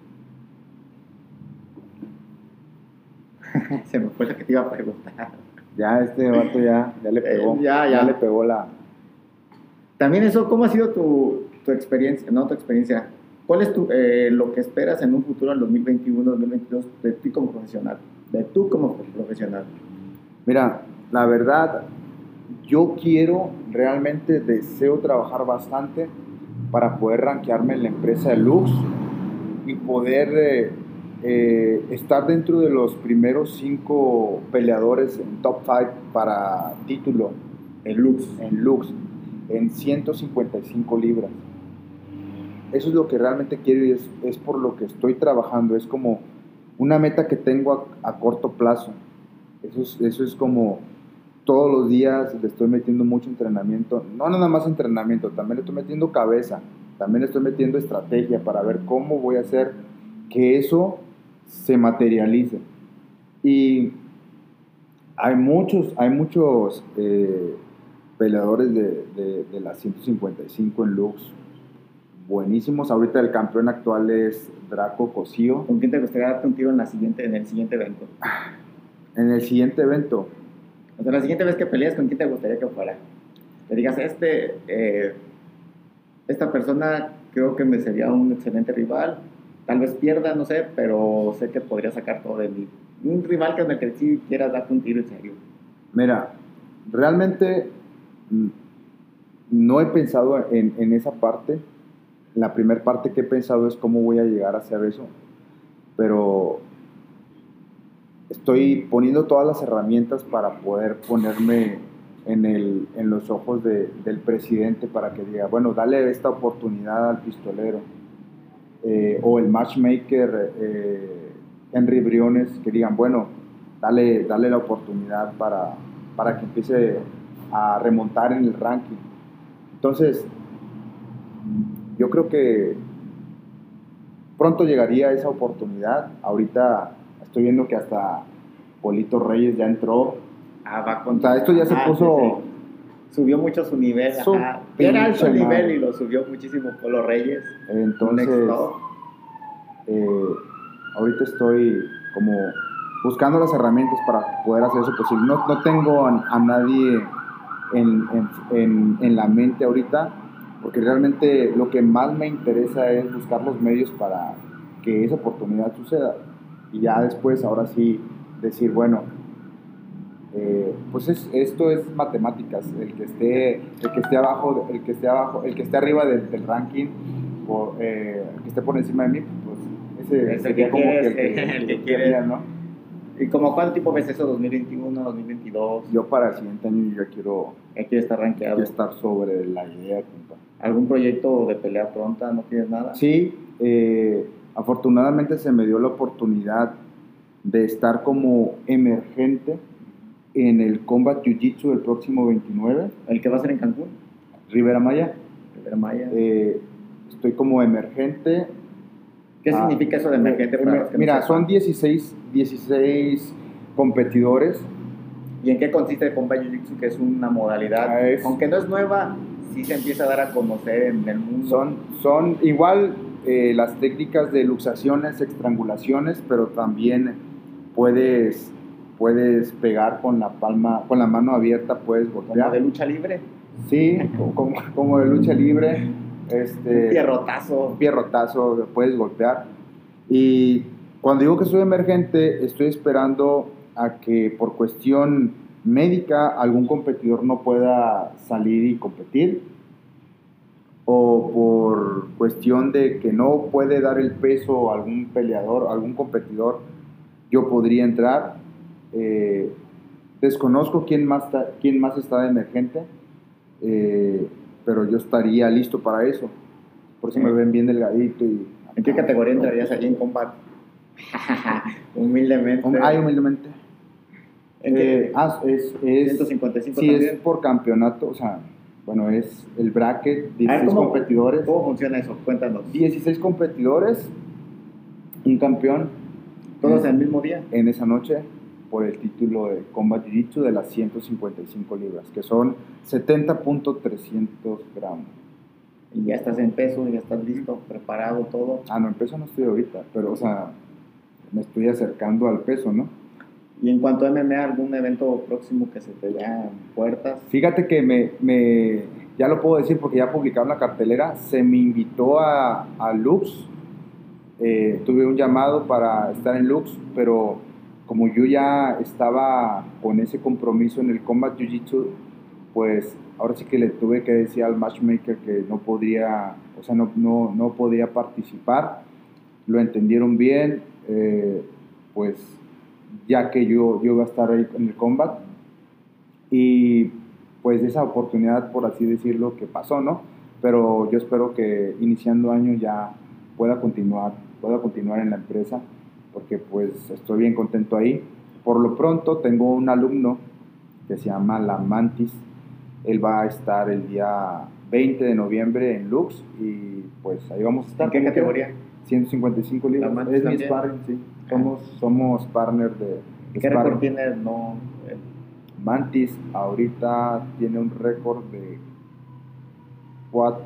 [SPEAKER 1] se me fue lo que te iba a preguntar.
[SPEAKER 2] Ya este vato ya, ya le pegó,
[SPEAKER 1] Eh, ya, ya.
[SPEAKER 2] le pegó la...
[SPEAKER 1] También eso, ¿cómo ha sido tu, tu experiencia? No, tu experiencia. ¿Cuál es tu, eh, lo que esperas en un futuro, en dos mil veintiuno, dos mil veintidós, de ti como profesional? De tú como profesional.
[SPEAKER 2] Mira, la verdad, yo quiero, realmente deseo trabajar bastante para poder rankearme en la empresa de Lux y poder eh, eh, estar dentro de los primeros cinco peleadores en top cinco para título
[SPEAKER 1] En Lux.
[SPEAKER 2] en Lux, en ciento cincuenta y cinco libras. Eso es lo que realmente quiero y es, es por lo que estoy trabajando. Es como una meta que tengo a, a corto plazo. Eso es, eso es como todos los días le estoy metiendo mucho entrenamiento. No nada más entrenamiento, también le estoy metiendo cabeza. También le estoy metiendo estrategia para ver cómo voy a hacer que eso se materialice. Y hay muchos, hay muchos eh, peleadores de, de, de las ciento cincuenta y cinco en Lux. buenísimos. Ahorita el campeón actual es Draco Cosío.
[SPEAKER 1] ¿Con quién te gustaría darte un tiro en, la siguiente, en el siguiente evento?
[SPEAKER 2] En el siguiente evento.
[SPEAKER 1] O sea, la siguiente vez que peleas, ¿con quién te gustaría que fuera? Que digas, este, eh, esta persona creo que me sería un excelente rival. Tal vez pierda, no sé, pero sé que podría sacar todo de mí. Un rival con el que sí quieras darte un tiro en serio.
[SPEAKER 2] Mira, realmente no he pensado en, en esa parte. La primera parte que he pensado es cómo voy a llegar a hacer eso. Pero estoy poniendo todas las herramientas para poder ponerme en, el, en los ojos de, del presidente para que diga, bueno, dale esta oportunidad al pistolero. Eh, o el matchmaker eh, Henry Briones, que digan, bueno, dale, dale la oportunidad para, para que empiece a remontar en el ranking. Entonces, yo creo que pronto llegaría esa oportunidad. Ahorita estoy viendo que hasta Polito Reyes ya entró.
[SPEAKER 1] Ah, va con...
[SPEAKER 2] O sea, esto ya se
[SPEAKER 1] ah,
[SPEAKER 2] puso...
[SPEAKER 1] Sí, sí. Subió mucho su nivel.
[SPEAKER 2] Su
[SPEAKER 1] Ajá. Era alto el
[SPEAKER 2] pinche
[SPEAKER 1] nivel
[SPEAKER 2] madre.
[SPEAKER 1] y lo subió muchísimo Polo Reyes.
[SPEAKER 2] Entonces,
[SPEAKER 1] Next top.
[SPEAKER 2] eh, ahorita estoy como buscando las herramientas para poder hacer eso posible. No, no tengo a, a nadie en, en, en, en la mente ahorita, porque realmente lo que más me interesa es buscar los medios para que esa oportunidad suceda. Y ya después, ahora sí, decir, bueno, eh, pues es, esto es matemáticas. El que esté, el que esté abajo, el que esté abajo, el que esté arriba del, del ranking, o eh, el que esté por encima de mí, pues ese
[SPEAKER 1] Es el
[SPEAKER 2] sería
[SPEAKER 1] que
[SPEAKER 2] como
[SPEAKER 1] quieres,
[SPEAKER 2] que el que,
[SPEAKER 1] el que
[SPEAKER 2] el que
[SPEAKER 1] quieres.
[SPEAKER 2] quería, ¿no?
[SPEAKER 1] ¿Y como cuánto tiempo ves eso? ¿dos mil veintiuno, dos mil veintidós?
[SPEAKER 2] Yo para el siguiente año ya quiero,
[SPEAKER 1] Ya quieres estar rankeado.
[SPEAKER 2] ya estar sobre la idea, compa.
[SPEAKER 1] ¿Algún proyecto de pelea pronta? ¿No tienes nada?
[SPEAKER 2] Sí, eh, afortunadamente se me dio la oportunidad de estar como emergente en el Combat Jiu-Jitsu del próximo veintinueve.
[SPEAKER 1] ¿El que va a ser en Cancún?
[SPEAKER 2] Rivera Maya.
[SPEAKER 1] Rivera Maya.
[SPEAKER 2] Eh, estoy como emergente.
[SPEAKER 1] ¿Qué
[SPEAKER 2] ah,
[SPEAKER 1] significa eso de emergente?
[SPEAKER 2] eh,
[SPEAKER 1] Para los que no
[SPEAKER 2] mira,
[SPEAKER 1] sepan?
[SPEAKER 2] son dieciséis, dieciséis competidores.
[SPEAKER 1] ¿Y en qué consiste el Combat Jiu-Jitsu? Que es una modalidad,
[SPEAKER 2] Ah, es-
[SPEAKER 1] aunque no es nueva, sí se empieza a dar a conocer en el mundo.
[SPEAKER 2] Son, son igual eh, las técnicas de luxaciones, estrangulaciones, pero también puedes, puedes pegar con la palma, con la mano abierta, puedes
[SPEAKER 1] como
[SPEAKER 2] golpear.
[SPEAKER 1] de lucha libre.
[SPEAKER 2] Sí, como, como de lucha libre. Este,
[SPEAKER 1] Un pierrotazo.
[SPEAKER 2] Un pierrotazo, puedes golpear. Y cuando digo que soy emergente, estoy esperando a que por cuestión médica algún competidor no pueda salir y competir, o por cuestión de que no puede dar el peso a algún peleador, algún competidor, yo podría entrar. Eh, desconozco quién más, está, quién más está de emergente, eh, pero yo estaría listo para eso. Por eso me ven bien delgadito. Y,
[SPEAKER 1] ¿En qué categoría entrarías allí en Combat? Humildemente.
[SPEAKER 2] Ay, humildemente.
[SPEAKER 1] ¿En qué?
[SPEAKER 2] Eh, ah, es, es,
[SPEAKER 1] ciento cincuenta y cinco
[SPEAKER 2] sí,
[SPEAKER 1] también.
[SPEAKER 2] es por campeonato, o sea, bueno, es el bracket,
[SPEAKER 1] A ver,
[SPEAKER 2] dieciséis
[SPEAKER 1] ¿cómo,
[SPEAKER 2] competidores.
[SPEAKER 1] ¿Cómo funciona eso? Cuéntanos.
[SPEAKER 2] dieciséis competidores, un campeón.
[SPEAKER 1] ¿Todos en el mismo día?
[SPEAKER 2] En esa noche, por el título de Combat Jiu-Jitsu de las ciento cincuenta y cinco libras, que son setenta punto trescientos gramos.
[SPEAKER 1] Y ya estás en peso, ya estás listo, preparado, todo.
[SPEAKER 2] Ah, no, en peso no estoy ahorita, pero, o sea, me estoy acercando al peso, ¿no?
[SPEAKER 1] Y en cuanto a M M A, ¿algún evento próximo que se te vea en puertas?
[SPEAKER 2] Fíjate que me, me, ya lo puedo decir porque ya publicaron la cartelera, se me invitó a, a Lux, eh, tuve un llamado para estar en Lux, pero como yo ya estaba con ese compromiso en el Combat Jiu-Jitsu, pues ahora sí que le tuve que decir al matchmaker que no podría, o sea, no, no, no podía participar. Lo entendieron bien, eh, pues ya que yo, yo iba a estar ahí en el Combat, y pues esa oportunidad, por así decirlo, que pasó, ¿no? Pero yo espero que iniciando año ya pueda continuar, pueda continuar en la empresa, porque pues estoy bien contento ahí. Por lo pronto tengo un alumno que se llama La Mantis. Él va a estar el día veinte de noviembre en Lux, y pues ahí vamos a estar.
[SPEAKER 1] ¿En qué categoría?
[SPEAKER 2] ciento cincuenta y cinco libras.
[SPEAKER 1] La Mantis
[SPEAKER 2] Es mi
[SPEAKER 1] también.
[SPEAKER 2] sparring, sí. Somos, somos partner de, de
[SPEAKER 1] ¿Qué
[SPEAKER 2] sparring.
[SPEAKER 1] récord tiene? No, eh,
[SPEAKER 2] Mantis ahorita tiene un récord de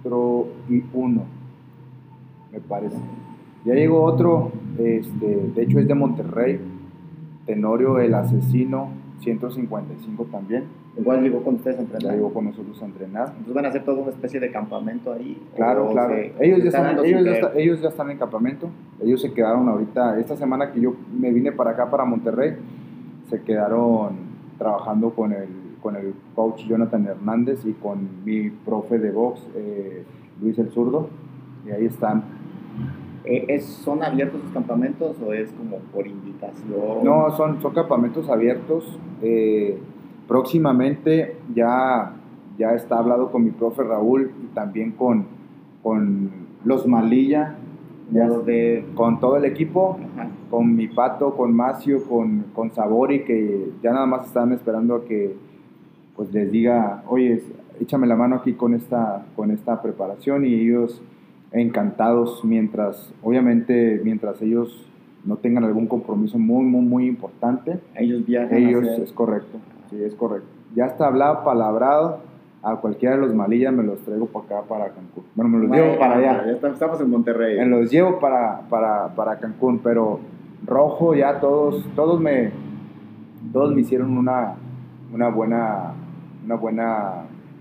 [SPEAKER 2] cuatro y uno, me parece. Ya llegó otro, este, de hecho es de Monterrey, Tenorio el Asesino, ciento cincuenta y cinco también.
[SPEAKER 1] Igual llegó con ustedes a entrenar.
[SPEAKER 2] Ya llegó con nosotros a entrenar.
[SPEAKER 1] Entonces van a hacer toda una especie de campamento ahí.
[SPEAKER 2] Claro, claro.
[SPEAKER 1] Se,
[SPEAKER 2] ellos, ya están, ellos, ya
[SPEAKER 1] super...
[SPEAKER 2] está, ellos ya están en campamento. Ellos se quedaron ahorita, esta semana que yo me vine para acá, para Monterrey, se quedaron trabajando con el, con el coach Jonathan Hernández y con mi profe de box, eh, Luis el Zurdo. Y ahí están.
[SPEAKER 1] ¿Es, ¿Son abiertos sus campamentos o es como por invitación?
[SPEAKER 2] No, son, son campamentos abiertos. Eh, próximamente ya, ya está hablado con mi profe Raúl y también con, con los Malilla, ya,
[SPEAKER 1] de...
[SPEAKER 2] con todo el equipo,
[SPEAKER 1] Ajá.
[SPEAKER 2] Con mi Pato, con Macio, con, con Sabori, que ya nada más están esperando a que pues les diga, oye, échame la mano aquí con esta, con esta preparación, y ellos encantados, mientras, obviamente, mientras ellos no tengan algún compromiso muy, muy, muy importante.
[SPEAKER 1] Ellos viajan.
[SPEAKER 2] Ellos,
[SPEAKER 1] a hacer...
[SPEAKER 2] es correcto, sí, es correcto. Ya está hablado, palabrado, a cualquiera de los Malillas me los traigo para acá, para Cancún. Bueno, me los bueno, llevo para allá.
[SPEAKER 1] Ya estamos en Monterrey.
[SPEAKER 2] Me los llevo para, para, para Cancún, pero Rojo ya todos, todos me, todos me hicieron una, una buena, una buena,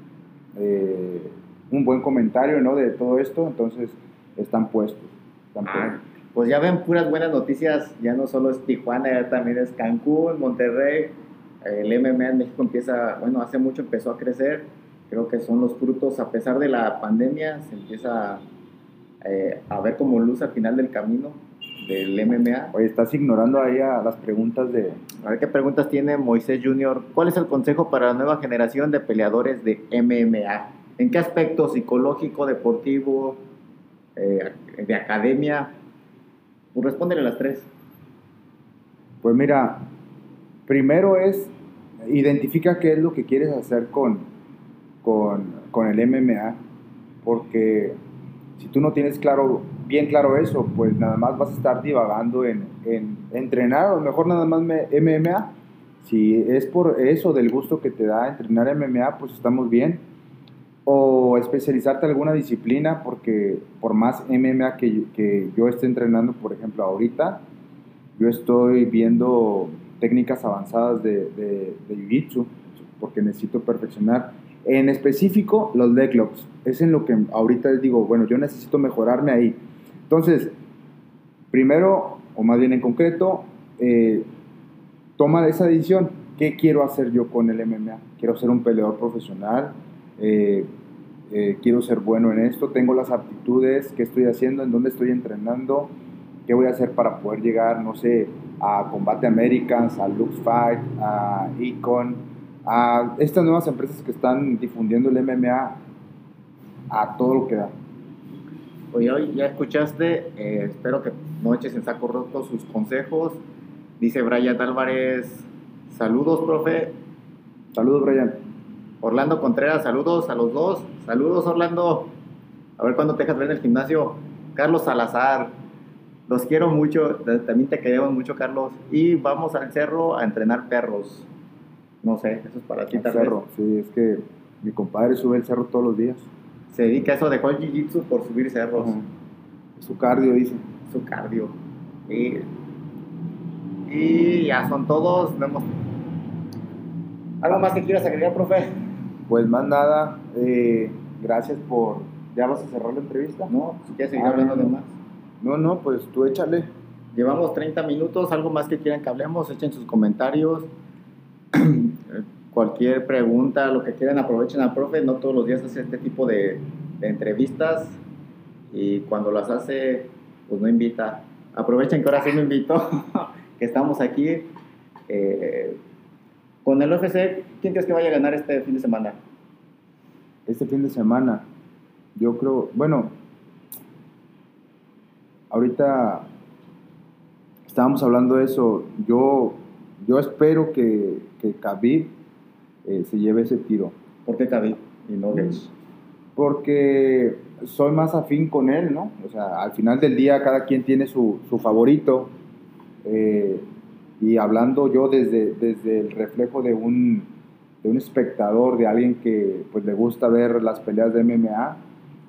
[SPEAKER 2] eh, un buen comentario, ¿no? De todo esto, entonces están puestos. Están puestos.
[SPEAKER 1] Ah, pues ya ven puras buenas noticias, ya no solo es Tijuana, ya también es Cancún, Monterrey. El M M A en México empieza, bueno, hace mucho empezó a crecer. Creo que son los frutos, a pesar de la pandemia, se empieza eh, a ver como luz al final del camino del M M A.
[SPEAKER 2] Oye, estás ignorando ahí a las preguntas de...
[SPEAKER 1] A ver qué preguntas tiene Moisés junior ¿Cuál es el consejo para la nueva generación de peleadores de M M A? ¿En qué aspecto? ¿Psicológico, deportivo, eh, de academia? Pues respóndele las tres.
[SPEAKER 2] Pues mira, primero es, identifica qué es lo que quieres hacer con, con, con el M M A, porque si tú no tienes claro, bien claro eso, pues nada más vas a estar divagando en, en entrenar, o mejor nada más me, M M A. Si es por eso del gusto que te da entrenar M M A, pues estamos bien. O especializarte en alguna disciplina, porque por más M M A que, que yo esté entrenando, por ejemplo, ahorita, yo estoy viendo técnicas avanzadas de, de, de Jiu-Jitsu, porque necesito perfeccionar. En específico, los leg locks. Es en lo que ahorita les digo, bueno, yo necesito mejorarme ahí. Entonces, primero, o más bien en concreto, eh, toma esa decisión. ¿Qué quiero hacer yo con el M M A? Quiero ser un peleador profesional, eh, eh, quiero ser bueno en esto, tengo las aptitudes, ¿qué estoy haciendo? ¿En dónde estoy entrenando? ¿Qué voy a hacer para poder llegar, no sé, a Combate Americans, a Lux Fight, a Icon, a estas nuevas empresas que están difundiendo el M M A a todo lo que da?
[SPEAKER 1] Oye, hoy ya escuchaste, eh, espero que no eches en saco roto sus consejos. Dice Brian Álvarez, saludos, profe.
[SPEAKER 2] Saludos, Brian.
[SPEAKER 1] Orlando Contreras, saludos a los dos. Saludos, Orlando. A ver cuándo te dejas ver en el gimnasio. Carlos Salazar, los quiero mucho, también te queremos mucho, Carlos. Y vamos al cerro a entrenar perros. No sé, eso es para ti, tal vez.
[SPEAKER 2] Cerro, sí, es que mi compadre sube el cerro todos los días.
[SPEAKER 1] Se dedica a eso, dejó el jiu-jitsu por subir cerros.
[SPEAKER 2] Ajá. Su cardio, dice.
[SPEAKER 1] Su cardio. Y, y ya son todos. No hemos... ¿Algo más que quieras agregar, profe?
[SPEAKER 2] Pues más nada, eh, gracias por... ¿Ya vas a cerrar la entrevista?
[SPEAKER 1] No, si quieres seguir
[SPEAKER 2] ah,
[SPEAKER 1] hablando
[SPEAKER 2] no.
[SPEAKER 1] de más.
[SPEAKER 2] No, no, pues tú échale.
[SPEAKER 1] Llevamos treinta minutos, algo más que quieran que hablemos, echen sus comentarios. Cualquier pregunta, lo que quieran, aprovechen al profe. No todos los días hace este tipo de, de entrevistas, y cuando las hace, pues no invita. Aprovechen que ahora sí me invito, que estamos aquí. Eh, con el U F C, ¿quién crees que vaya a ganar este fin de semana?
[SPEAKER 2] Este fin de semana, yo creo, bueno, ahorita estábamos hablando de eso. Yo, yo espero que, que Khabib eh, se lleve ese tiro.
[SPEAKER 1] ¿Por qué Khabib y no Gage?
[SPEAKER 2] Porque soy más afín con él, ¿no? O sea, al final del día cada quien tiene su, su favorito. Eh, y hablando yo desde, desde el reflejo de un, de un espectador, de alguien que pues le gusta ver las peleas de M M A,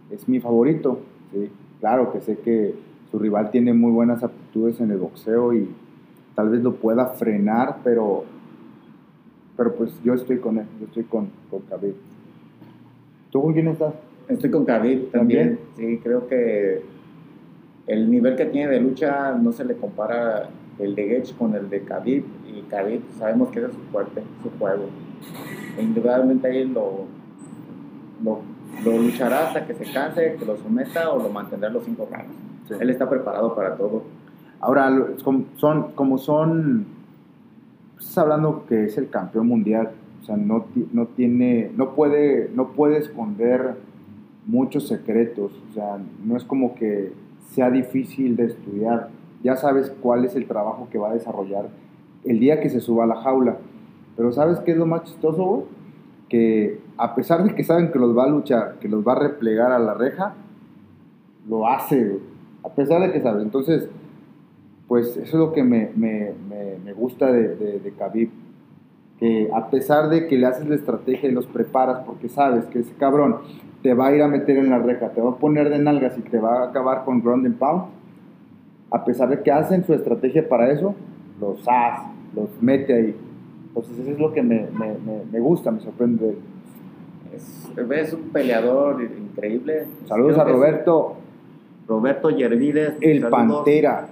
[SPEAKER 2] es mi favorito, ¿sí? Claro que sé que su rival tiene muy buenas aptitudes en el boxeo y tal vez lo pueda frenar, pero, pero pues yo estoy con él, yo estoy con, con Khabib. ¿Tú con quién estás?
[SPEAKER 1] Estoy con Khabib también. ¿También? Sí, creo que el nivel que tiene de lucha no se le compara el de Gage con el de Khabib, y Khabib sabemos que ese es su fuerte, su juego. E indudablemente ahí lo, lo, lo luchará hasta que se canse, que lo someta, o lo mantendrá los cinco rounds. Sí. Él está preparado para todo.
[SPEAKER 2] Ahora, son, como son, estás hablando que es el campeón mundial, o sea, no, no tiene, no puede, no puede esconder muchos secretos, o sea, no es como que sea difícil de estudiar, ya sabes cuál es el trabajo que va a desarrollar el día que se suba a la jaula, pero ¿sabes qué es lo más chistoso, güey? Que a pesar de que saben que los va a luchar, que los va a replegar a la reja, lo hace, güey, a pesar de que saben. Entonces, pues eso es lo que me, me, me, me gusta de, de, de Khabib, que a pesar de que le haces la estrategia y los preparas porque sabes que ese cabrón te va a ir a meter en la reja, te va a poner de nalgas y te va a acabar con ground and pound, a pesar de que hacen su estrategia para eso, los hace, los mete ahí. Entonces eso es lo que me, me, me, me gusta, me sorprende.
[SPEAKER 1] Es, es un peleador increíble.
[SPEAKER 2] Saludos Creo a Roberto.
[SPEAKER 1] Roberto Yervides.
[SPEAKER 2] El saludos. Pantera.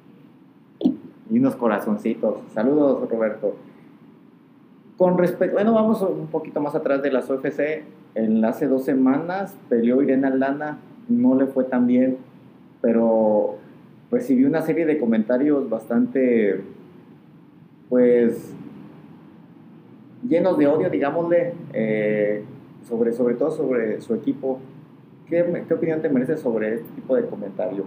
[SPEAKER 1] Y unos corazoncitos. Saludos, Roberto. Con respecto, bueno, vamos un poquito más atrás de las U F C. En hace dos semanas peleó Irene Aldana, no le fue tan bien, pero recibió una serie de comentarios bastante, pues, llenos de odio, digámosle, eh, sobre, sobre todo sobre su equipo. ¿Qué, ¿Qué opinión te merece sobre este tipo de comentarios?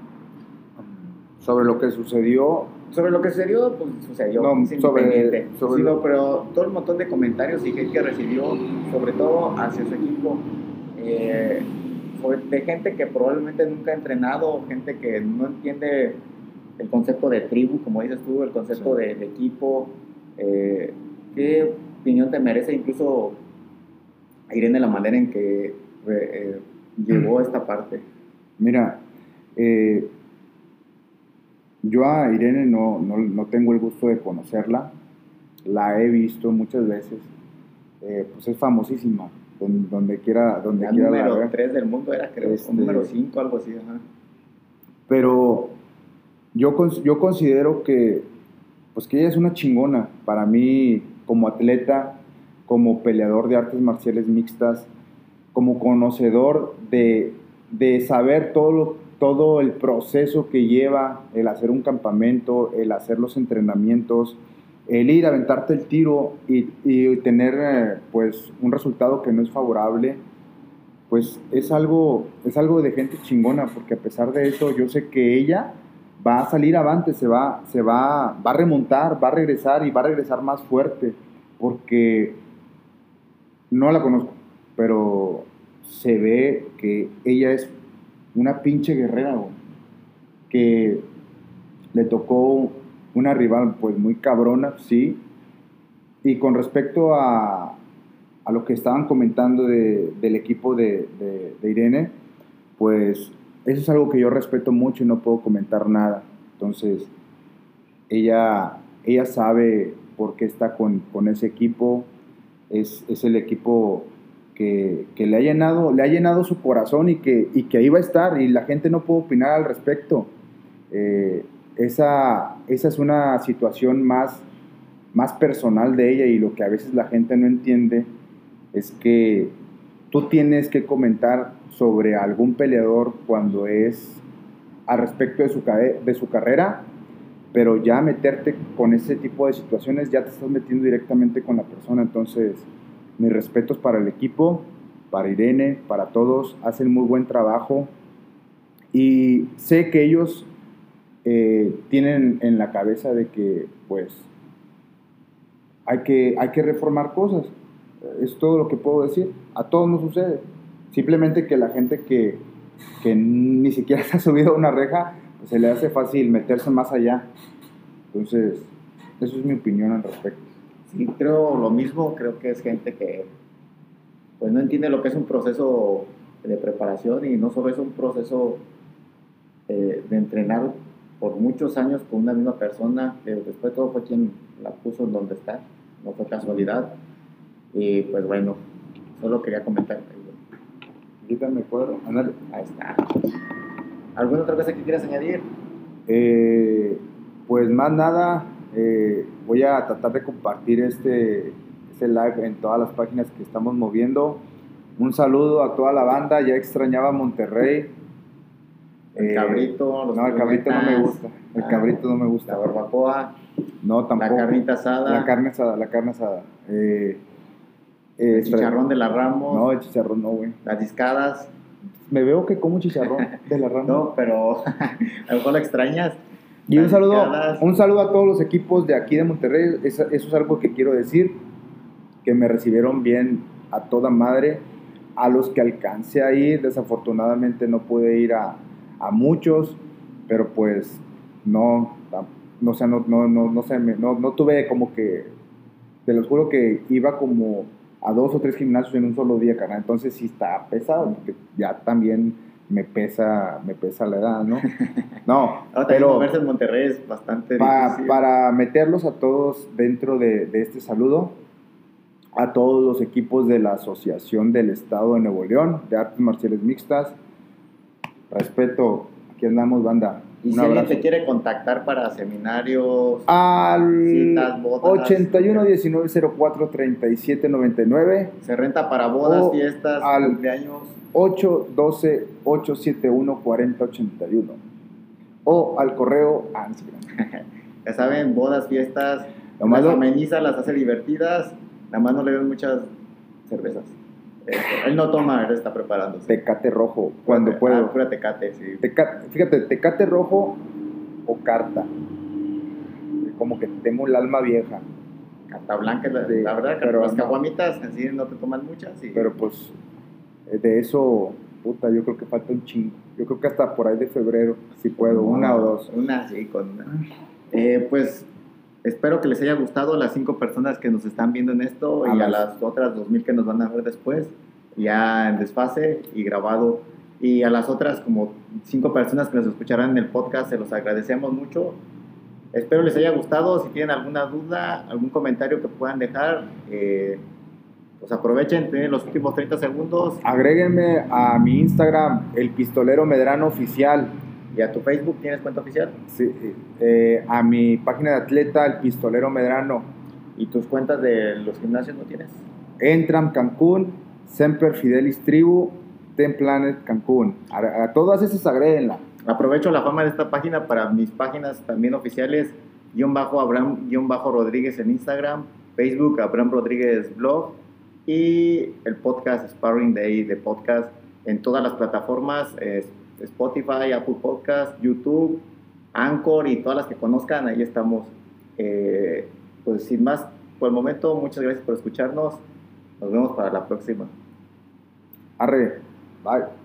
[SPEAKER 2] Sobre lo que sucedió.
[SPEAKER 1] Sobre lo que sucedió, pues sucedió.
[SPEAKER 2] No, sobre, sobre
[SPEAKER 1] sí, no, pero todo el montón de comentarios y que recibió, sobre todo hacia su equipo, eh, de gente que probablemente nunca ha entrenado, gente que no entiende el concepto de tribu, como dices tú, el concepto sí. de, de equipo. Eh, ¿Qué opinión te merece incluso a Irene la manera en que eh, llevó esta parte?
[SPEAKER 2] Mira, eh, yo a Irene no, no, no tengo el gusto de conocerla, la he visto muchas veces, eh, pues es famosísima, donde, donde quiera, donde
[SPEAKER 1] el
[SPEAKER 2] quiera
[SPEAKER 1] número
[SPEAKER 2] la ver.
[SPEAKER 1] tres del mundo era, creo, este, número cinco, algo así. Ajá.
[SPEAKER 2] Pero yo, yo considero que, pues que ella es una chingona, para mí como atleta, como peleador de artes marciales mixtas, como conocedor de, de saber todo lo todo el proceso que lleva el hacer un campamento, el hacer los entrenamientos, el ir a aventarte el tiro y, y tener eh, pues un resultado que no es favorable, pues es algo, es algo de gente chingona, porque a pesar de eso yo sé que ella va a salir avante, se va, se va, va a remontar, va a regresar y va a regresar más fuerte, porque no la conozco, pero se ve que ella es una pinche guerrera, güey, que le tocó una rival pues muy cabrona, sí. Y con respecto a, a lo que estaban comentando de, del equipo de, de, de Irene, pues eso es algo que yo respeto mucho y no puedo comentar nada. Entonces ella, ella sabe por qué está con, con ese equipo, es, es el equipo Que, que le ha llenado le ha llenado su corazón y que, y que ahí va a estar y la gente no puede opinar al respecto. Eh, esa, esa es una situación más, más personal de ella, y lo que a veces la gente no entiende es que tú tienes que comentar sobre algún peleador cuando es al respecto de su, de su carrera, pero ya meterte con ese tipo de situaciones ya te estás metiendo directamente con la persona. Entonces mis respetos para el equipo, para Irene, para todos, hacen muy buen trabajo y sé que ellos eh, tienen en la cabeza de que pues hay que, hay que reformar cosas, es todo lo que puedo decir. A todos nos sucede, simplemente que la gente que, que ni siquiera se ha subido a una reja, pues se le hace fácil meterse más allá. Entonces eso es mi opinión al respecto.
[SPEAKER 1] Sí, creo lo mismo, creo que es gente que pues no entiende lo que es un proceso de preparación, y no solo es un proceso eh, de entrenar por muchos años con una misma persona, que después todo fue quien la puso en donde está, no fue casualidad. Y pues bueno, solo quería comentar.
[SPEAKER 2] Ahorita me acuerdo. Ándale.
[SPEAKER 1] Ahí está. ¿Alguna otra cosa que quieras añadir?
[SPEAKER 2] Eh, pues más nada, eh, voy a tratar de compartir este, este live en todas las páginas que estamos moviendo. Un saludo a toda la banda, ya extrañaba Monterrey.
[SPEAKER 1] El
[SPEAKER 2] Eh,
[SPEAKER 1] cabrito, los
[SPEAKER 2] no, el cabrito no me
[SPEAKER 1] plumetas,
[SPEAKER 2] gusta. El
[SPEAKER 1] ah,
[SPEAKER 2] cabrito no me gusta.
[SPEAKER 1] la barbacoa,
[SPEAKER 2] No, tampoco.
[SPEAKER 1] la carnita asada,
[SPEAKER 2] La carne asada, la carne asada. Eh, eh,
[SPEAKER 1] el chicharrón de la Ramos,
[SPEAKER 2] No, el chicharrón no, güey.
[SPEAKER 1] las discadas.
[SPEAKER 2] Me veo que como chicharrón de la Ramos.
[SPEAKER 1] No, pero a lo mejor la extrañas.
[SPEAKER 2] Y un
[SPEAKER 1] Las
[SPEAKER 2] saludo,
[SPEAKER 1] discadas.
[SPEAKER 2] un saludo a todos los equipos de aquí de Monterrey. Eso, eso es algo que quiero decir, que me recibieron bien a toda madre. A los que alcancé a ir, desafortunadamente no pude ir a, a muchos, pero pues no, no, o sea, no, no, no, no, sé, no, no tuve como que, te los juro que iba como a dos o tres gimnasios en un solo día, carnal. Entonces sí está pesado, porque ya también me pesa, me pesa la edad, ¿no? No,
[SPEAKER 1] Ahora,
[SPEAKER 2] pero
[SPEAKER 1] moverse en Monterrey es bastante
[SPEAKER 2] pa,
[SPEAKER 1] difícil.
[SPEAKER 2] para meterlos a todos dentro de, de este saludo, a todos los equipos de la Asociación del Estado de Nuevo León de Artes Marciales Mixtas, respeto, aquí andamos, banda.
[SPEAKER 1] Y
[SPEAKER 2] Un
[SPEAKER 1] si alguien
[SPEAKER 2] abrazo.
[SPEAKER 1] te quiere contactar para seminarios,
[SPEAKER 2] Al
[SPEAKER 1] citas, bodas,
[SPEAKER 2] ochenta y uno diecinueve cero cuatro treinta y siete noventa y nueve,
[SPEAKER 1] se renta para bodas,
[SPEAKER 2] o
[SPEAKER 1] fiestas,
[SPEAKER 2] al-
[SPEAKER 1] cumpleaños.
[SPEAKER 2] ocho doce ocho siete uno cuarenta ochenta y uno, o al correo, ah, no sé qué.
[SPEAKER 1] Ya saben, bodas, fiestas,
[SPEAKER 2] Nomás
[SPEAKER 1] las
[SPEAKER 2] lo-
[SPEAKER 1] ameniza, las hace divertidas. Nada más no le den muchas cervezas. Eh, él no toma, él está preparándose.
[SPEAKER 2] Tecate rojo, cuando
[SPEAKER 1] Ah,
[SPEAKER 2] puedo.
[SPEAKER 1] pura Tecate, sí.
[SPEAKER 2] Teca- fíjate, tecate rojo o carta. Como que tengo el alma vieja.
[SPEAKER 1] Carta blanca, la,
[SPEAKER 2] Sí,
[SPEAKER 1] la verdad,
[SPEAKER 2] pero
[SPEAKER 1] las
[SPEAKER 2] no.
[SPEAKER 1] caguamitas así no te toman muchas. Y
[SPEAKER 2] Pero pues eh, de eso, puta, yo creo que falta un chingo. Yo creo que hasta por ahí de febrero, si puedo, una o dos.
[SPEAKER 1] Una, sí, con una. Eh, pues espero que les haya gustado las cinco personas que nos están viendo en esto
[SPEAKER 2] A
[SPEAKER 1] y a
[SPEAKER 2] las-
[SPEAKER 1] las otras dos mil que nos van a ver después, ya en desfase y grabado. Y a las otras como cinco personas que nos escucharán en el podcast, se los agradecemos mucho. Espero les haya gustado. Si tienen alguna duda, algún comentario que puedan dejar, eh, pues aprovechen, tienen los últimos treinta segundos.
[SPEAKER 2] Agréguenme a mi Instagram, el Pistolero Medrano Oficial.
[SPEAKER 1] Y a tu Facebook, ¿tienes cuenta oficial?
[SPEAKER 2] Sí, eh, a mi página de atleta, el Pistolero Medrano.
[SPEAKER 1] ¿Y tus cuentas de los gimnasios no tienes?
[SPEAKER 2] Entram Cancún, Semper Fidelis Tribu, Ten Planet Cancún. A, a todas esas agréguenla.
[SPEAKER 1] Aprovecho la fama de esta página para mis páginas también oficiales, guión bajo Abraham, guión bajo Rodríguez en Instagram, Facebook, Abraham Rodríguez Blog, y el podcast Sparring Day de podcast en todas las plataformas, eh, Spotify, Apple Podcast, YouTube, Anchor y todas las que conozcan, ahí estamos. Eh, pues sin más por el momento, muchas gracias por escucharnos, nos vemos para la próxima.
[SPEAKER 2] Arre, bye.